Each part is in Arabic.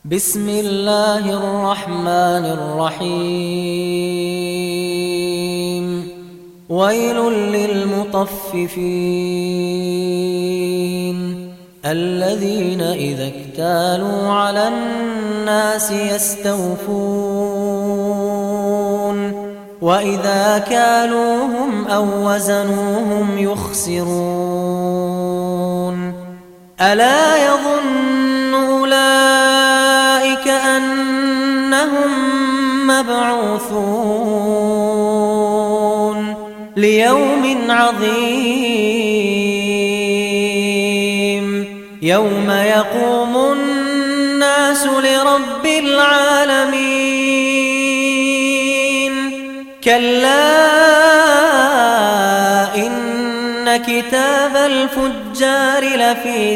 بسم الله الرحمن الرحيم ويل للمطففين الذين إذا اكتالوا على الناس يستوفون وإذا كالوهم أو وزنوهم يخسرون ألا يظن أولئك أنهم مبعوثون ليوم عظيم يوم يقوم الناس لرب العالمين كلا إن كتاب الفجار لفي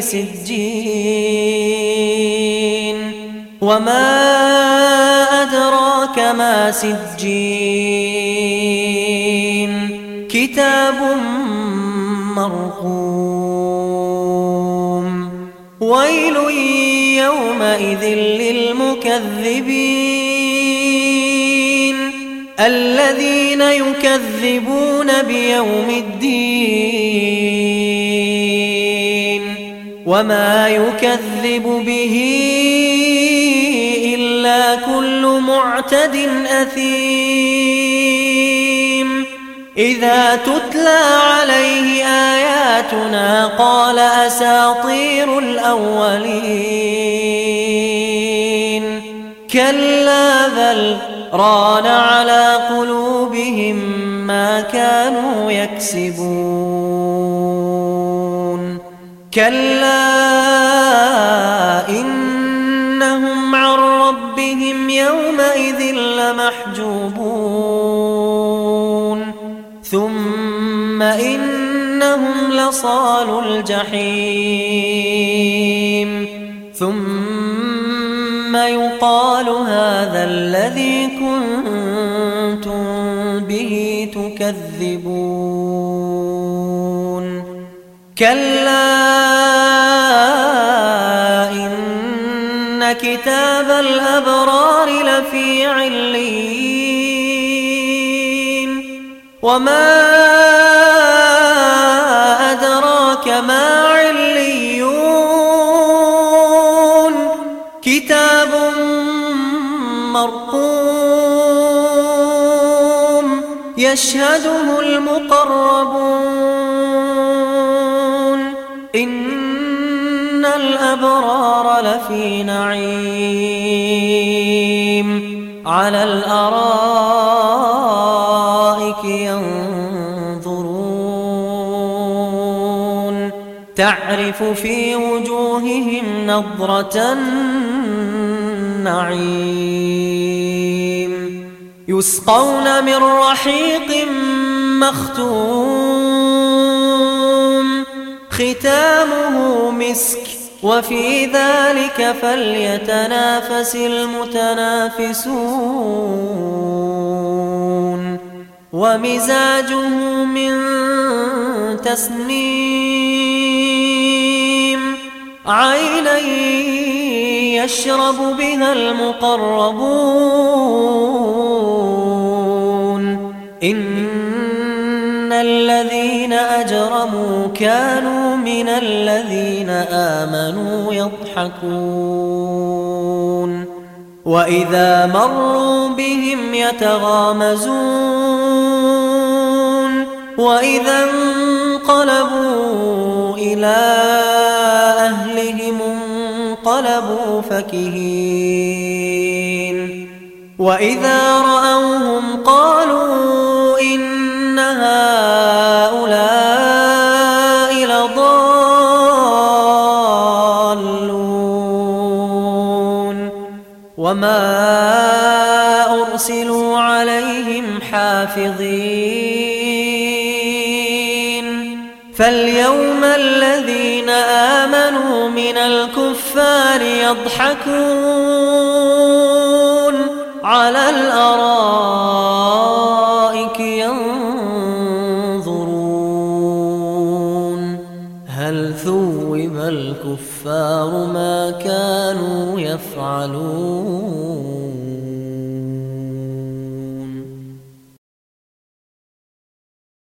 سجين وما أدراك ما سجين كتاب مرقوم ويل يومئذ للمكذبين الذين يكذبون بيوم الدين وما يكذب به إلا كل معتد أثيم إذا تتلى عليه آياتنا قال أساطير الأولين كلا بل ران على قلوبهم ما كانوا يكسبون كلا إنهم عن ربهم يومئذ لمحجوبون ثم إنهم لصالو الجحيم ثم يقال هذا الذي كنتم به تكذبون كلا إن كتاب الأبرار لفي عليين وما أدراك ما عليون كتاب مرقوم يشهده المقربون إن الأبرار لفي نعيم على الأرائك ينظرون تعرف في وجوههم نضرة النعيم يسقون من رحيق مختوم ختامه مسك وفي ذلك فليتنافس المتنافسون ومزاجه من تسنيم عينا يشرب بها المقربون إن الذين أجرموا كانوا من الذين آمنوا يضحكون وإذا مروا بهم يتغامزون وإذا انقلبوا إلى أهلهم انقلبوا فكهين وإذا رأوهم قالوا إن هؤلاء لضالون وما أرسلوا عليهم حافظين فاليوم الذين آمنوا من الكفار يضحكون على الأرائك ينظرون هل ثوب الكفار ما كانوا يفعلون يفعلون